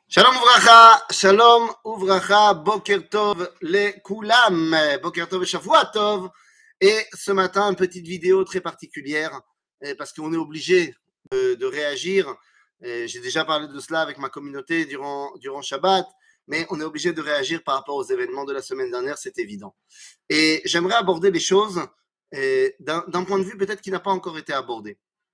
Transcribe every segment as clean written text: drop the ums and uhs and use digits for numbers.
Shalom uvracha, boker tov le kulam, boker tov et shavua tov. Et ce matin, une petite vidéo très particulière, parce qu'on est obligé de réagir. J'ai déjà parlé de cela avec ma communauté durant Shabbat, mais on est obligé de réagir par rapport aux événements de la semaine dernière, c'est évident. Et j'aimerais aborder les choses d'un point de vue peut-être qui n'a pas encore été abordé.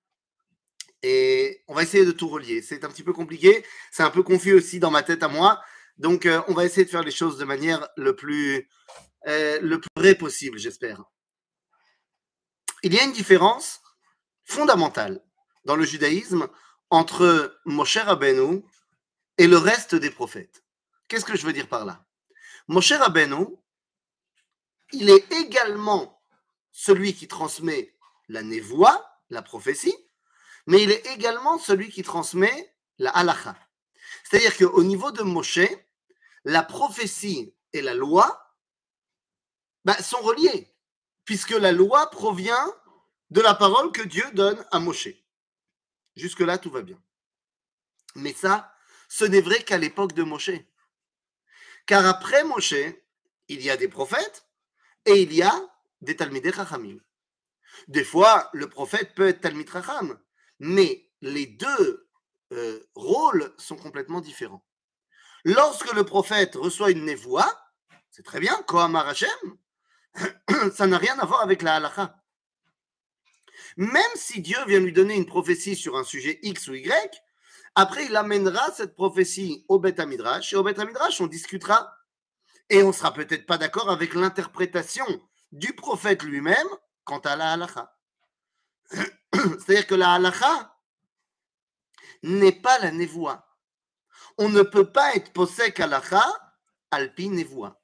Et on va essayer de tout relier. C'est un petit peu compliqué, c'est un peu confus aussi dans ma tête à moi. Donc, on va essayer de faire les choses de manière le plus vrai possible, j'espère. Il y a une différence fondamentale dans le judaïsme entre Moshe Rabbeinu et le reste des prophètes. Qu'est-ce que je veux dire par là? Moshe Rabbeinu, il est également celui qui transmet la névoie, la prophétie, mais il est également celui qui transmet la halakha. C'est-à-dire qu'au niveau de Moshe, la prophétie et la loi sont reliées, puisque la loi provient de la parole que Dieu donne à Moshe. Jusque-là, tout va bien. Mais ça, ce n'est vrai qu'à l'époque de Moshe. Car après Moshe, il y a des prophètes et il y a des Talmidei Chachamim. Des fois, le prophète peut être Talmid Chacham, mais les deux rôles sont complètement différents. Lorsque le prophète reçoit une névoie, c'est très bien, Kohamar Hashem, ça n'a rien à voir avec la halakha. Même si Dieu vient lui donner une prophétie sur un sujet X ou Y, après il amènera cette prophétie au Beth HaMidrash, et au Beth HaMidrash on discutera, et on ne sera peut-être pas d'accord avec l'interprétation du prophète lui-même quant à la halakha. C'est-à-dire que la halakha n'est pas la névoie. On ne peut pas être posek halakha alpi névoie.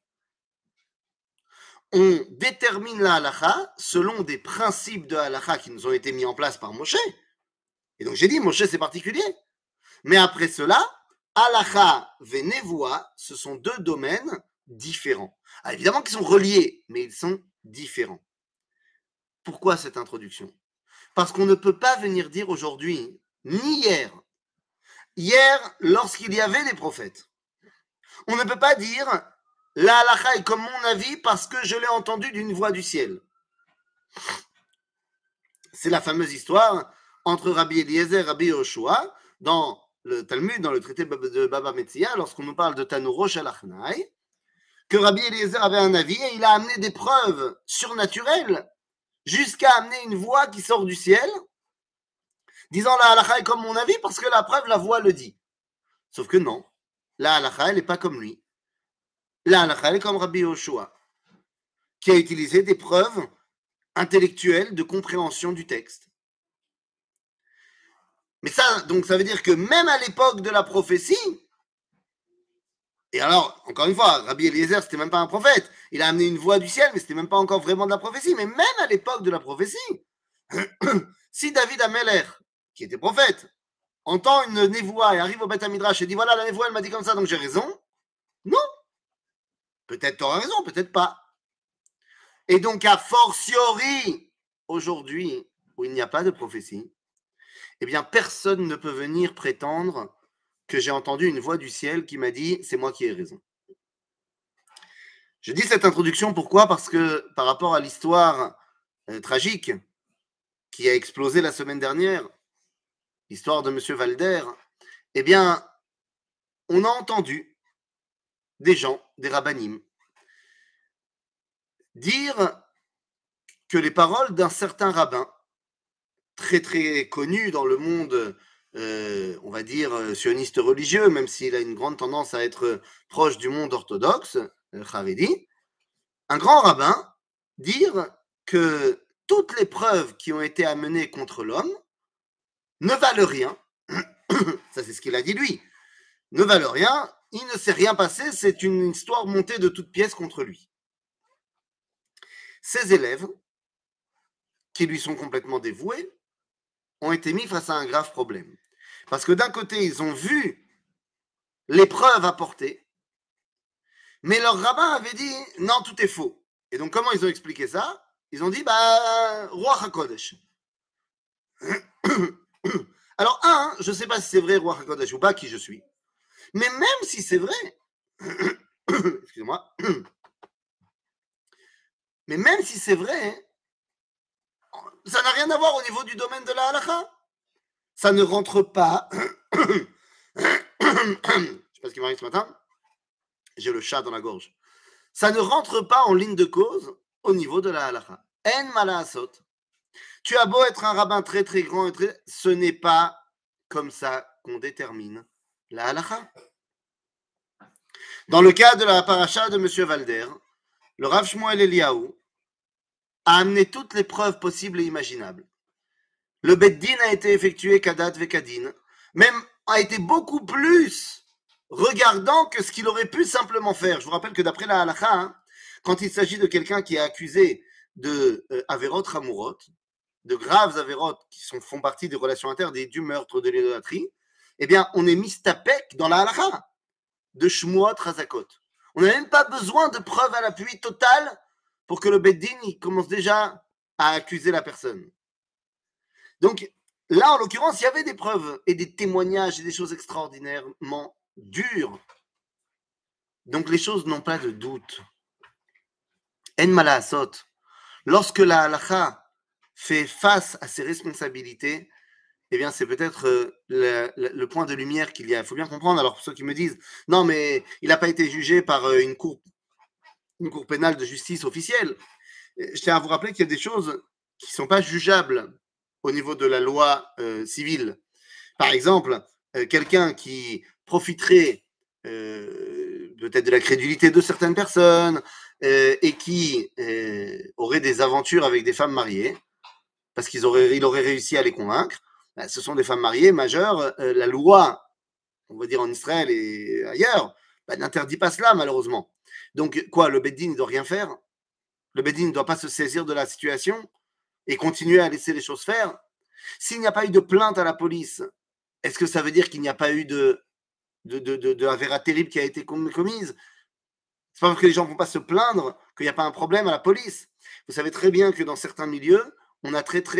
On détermine la halakha selon des principes de halakha qui nous ont été mis en place par Moshe. Et donc j'ai dit, Moshe c'est particulier. Mais après cela, halakha et névoie, ce sont deux domaines différents. Alors évidemment qu'ils sont reliés, mais ils sont différents. Pourquoi cette introduction? Parce qu'on ne peut pas venir dire aujourd'hui, ni hier, lorsqu'il y avait les prophètes, on ne peut pas dire la halakha est comme mon avis parce que je l'ai entendu d'une voix du ciel. C'est la fameuse histoire entre Rabbi Eliezer et Rabbi Yoshua dans le Talmud, dans le traité de Baba Metzia, lorsqu'on nous parle de Tanuro Shalachnai, que Rabbi Eliezer avait un avis et il a amené des preuves surnaturelles jusqu'à amener une voix qui sort du ciel, disant la halakha est comme mon avis parce que la preuve, la voix le dit. Sauf que non, la halakha, elle n'est pas comme lui. La halakha, elle est comme Rabbi Yoshua, qui a utilisé des preuves intellectuelles de compréhension du texte. Mais ça, donc, ça veut dire que même à l'époque de la prophétie, et alors, encore une fois, Rabbi Eliezer, c'était même pas un prophète. Il a amené une voix du ciel, mais c'était même pas encore vraiment de la prophétie. Mais même à l'époque de la prophétie, si David Ameler, qui était prophète, entend une névoie et arrive au Beth HaMidrash et dit voilà, la névoie, elle m'a dit comme ça, donc j'ai raison. Non. Peut-être tu auras raison, peut-être pas. Et donc, a fortiori, aujourd'hui, où il n'y a pas de prophétie, eh bien, personne ne peut venir prétendre que j'ai entendu une voix du ciel qui m'a dit c'est moi qui ai raison. Je dis cette introduction pourquoi? Parce que par rapport à l'histoire tragique qui a explosé la semaine dernière, l'histoire de M. Valder, eh bien, on a entendu des gens, des rabbinim, dire que les paroles d'un certain rabbin, très très connu dans le monde, on va dire, sioniste religieux, même s'il a une grande tendance à être proche du monde orthodoxe, Haredi, un grand rabbin, dire que toutes les preuves qui ont été amenées contre l'homme ne valent rien. Ça, c'est ce qu'il a dit lui. Ne valent rien, il ne s'est rien passé, c'est une histoire montée de toutes pièces contre lui. Ses élèves, qui lui sont complètement dévoués, ont été mis face à un grave problème. Parce que d'un côté, ils ont vu les preuves apportées, mais leur rabbin avait dit non, tout est faux. Et donc, comment ils ont expliqué ça? Ils ont dit Ruach HaKodesh. Alors, je ne sais pas si c'est vrai Ruach HaKodesh ou pas, qui je suis. Mais même si c'est vrai, excusez-moi, mais même si c'est vrai, ça n'a rien à voir au niveau du domaine de la halakha. Ça ne rentre pas. Je sais pas ce qui m'arrive ce matin. J'ai le chat dans la gorge. Ça ne rentre pas en ligne de cause au niveau de la halakha. En malaasot. Tu as beau être un rabbin très très grand, ce n'est pas comme ça qu'on détermine la halakha. Dans le cas de la paracha de M. Valder, le Rav Shmuel Eliyahu a amené toutes les preuves possibles et imaginables. Le Beddin a été effectué Kadat Vekadin, même a été beaucoup plus regardant que ce qu'il aurait pu simplement faire. Je vous rappelle que d'après la halakha, hein, quand il s'agit de quelqu'un qui est accusé de Averot Hamurot, de graves Averot qui font partie des relations internes, du meurtre, de l'idolâtrie, eh bien, on est mistapek dans la halakha de Shmuot Razakot. On n'a même pas besoin de preuves à l'appui total pour que le Beddin il commence déjà à accuser la personne. Donc, là, en l'occurrence, il y avait des preuves et des témoignages et des choses extraordinairement dures. Donc, les choses n'ont pas de doute. En malaasot. Lorsque la halakha fait face à ses responsabilités, eh bien, c'est peut-être le point de lumière qu'il y a. Il faut bien comprendre. Alors, pour ceux qui me disent, non, mais il n'a pas été jugé par une cour pénale de justice officielle. Je tiens à vous rappeler qu'il y a des choses qui ne sont pas jugeables au niveau de la loi civile. Par exemple, quelqu'un qui profiterait peut-être de la crédulité de certaines personnes et qui aurait des aventures avec des femmes mariées, parce qu'il aurait réussi à les convaincre, ce sont des femmes mariées majeures. La loi, on va dire en Israël et ailleurs, n'interdit pas cela malheureusement. Donc quoi, le Beddin ne doit rien faire? Le Beddin ne doit pas se saisir de la situation et continuer à laisser les choses faire? S'il n'y a pas eu de plainte à la police, est-ce que ça veut dire qu'il n'y a pas eu de avéra terrible qui a été commise? C'est pas parce que les gens ne vont pas se plaindre qu'il n'y a pas un problème à la police. Vous savez très bien que dans certains milieux, on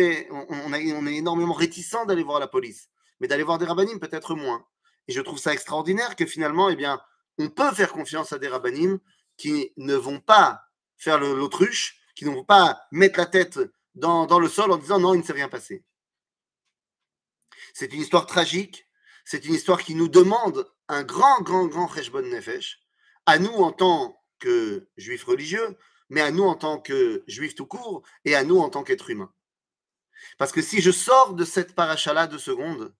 est énormément réticent d'aller voir la police, mais d'aller voir des rabbinim peut-être moins. Et je trouve ça extraordinaire que finalement, eh bien, on peut faire confiance à des rabbinim qui ne vont pas faire l'autruche, qui ne vont pas mettre la tête dans le sol en disant non, il ne s'est rien passé. C'est une histoire tragique, c'est une histoire qui nous demande un grand cheshbon nefesh, à nous en tant que juifs religieux, mais à nous en tant que juifs tout court, et à nous en tant qu'êtres humains. Parce que si je sors de cette paracha-là 2 secondes,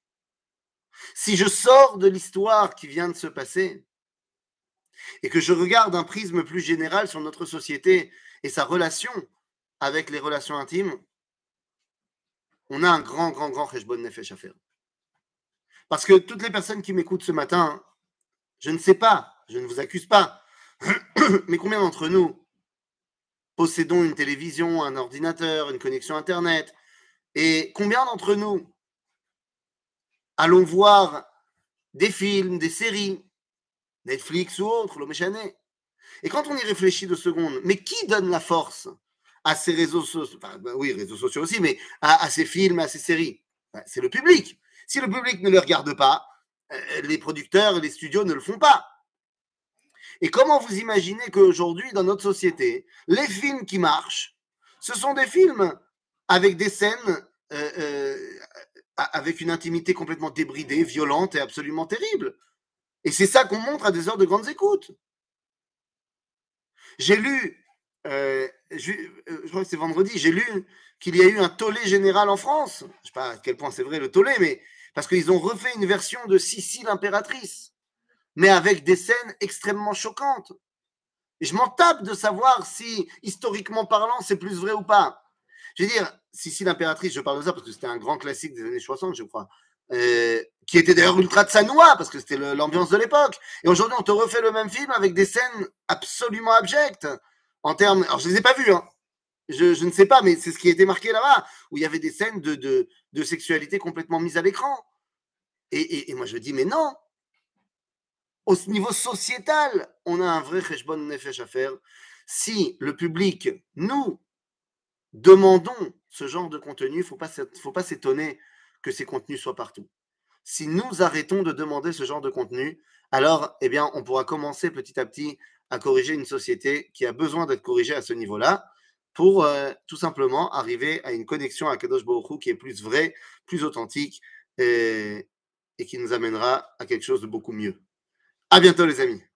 si je sors de l'histoire qui vient de se passer, et que je regarde un prisme plus général sur notre société et sa relation avec les relations intimes, on a un grand cheshbon nefesh à faire. Parce que toutes les personnes qui m'écoutent ce matin, je ne sais pas, je ne vous accuse pas, mais combien d'entre nous possédons une télévision, un ordinateur, une connexion Internet, et combien d'entre nous allons voir des films, des séries, Netflix ou autres, le méchané. Et quand on y réfléchit 2 secondes, mais qui donne la force à ces réseaux sociaux, enfin, oui, réseaux sociaux aussi, mais à ces films, à ces séries? C'est le public. Si le public ne les regarde pas, les producteurs et les studios ne le font pas. Et comment vous imaginez qu'aujourd'hui, dans notre société, les films qui marchent, ce sont des films avec des scènes avec une intimité complètement débridée, violente et absolument terrible. Et c'est ça qu'on montre à des heures de grandes écoutes. J'ai lu, je crois que c'est vendredi, j'ai lu qu'il y a eu un tollé général en France. Je ne sais pas à quel point c'est vrai le tollé, mais parce qu'ils ont refait une version de Sissi l'impératrice, mais avec des scènes extrêmement choquantes. Et je m'en tape de savoir si, historiquement parlant, c'est plus vrai ou pas. Je veux dire, Sissi l'impératrice, je parle de ça parce que c'était un grand classique des années 60, je crois, qui était d'ailleurs ultra tsanoua, parce que c'était l'ambiance de l'époque. Et aujourd'hui, on te refait le même film avec des scènes absolument abjectes. En termes, alors je ne les ai pas vues, hein. Je ne sais pas, mais c'est ce qui a été marqué là-bas, où il y avait des scènes de sexualité complètement mises à l'écran. Et moi, je dis, mais non, au niveau sociétal, on a un vrai cheshbon nefesh à faire. Si le public, nous, demandons ce genre de contenu, il ne faut pas s'étonner que ces contenus soient partout. Si nous arrêtons de demander ce genre de contenu, alors, eh bien, on pourra commencer petit à petit à corriger une société qui a besoin d'être corrigée à ce niveau-là pour tout simplement arriver à une connexion à Kadosh Baruch Hu qui est plus vraie, plus authentique et qui nous amènera à quelque chose de beaucoup mieux. À bientôt les amis.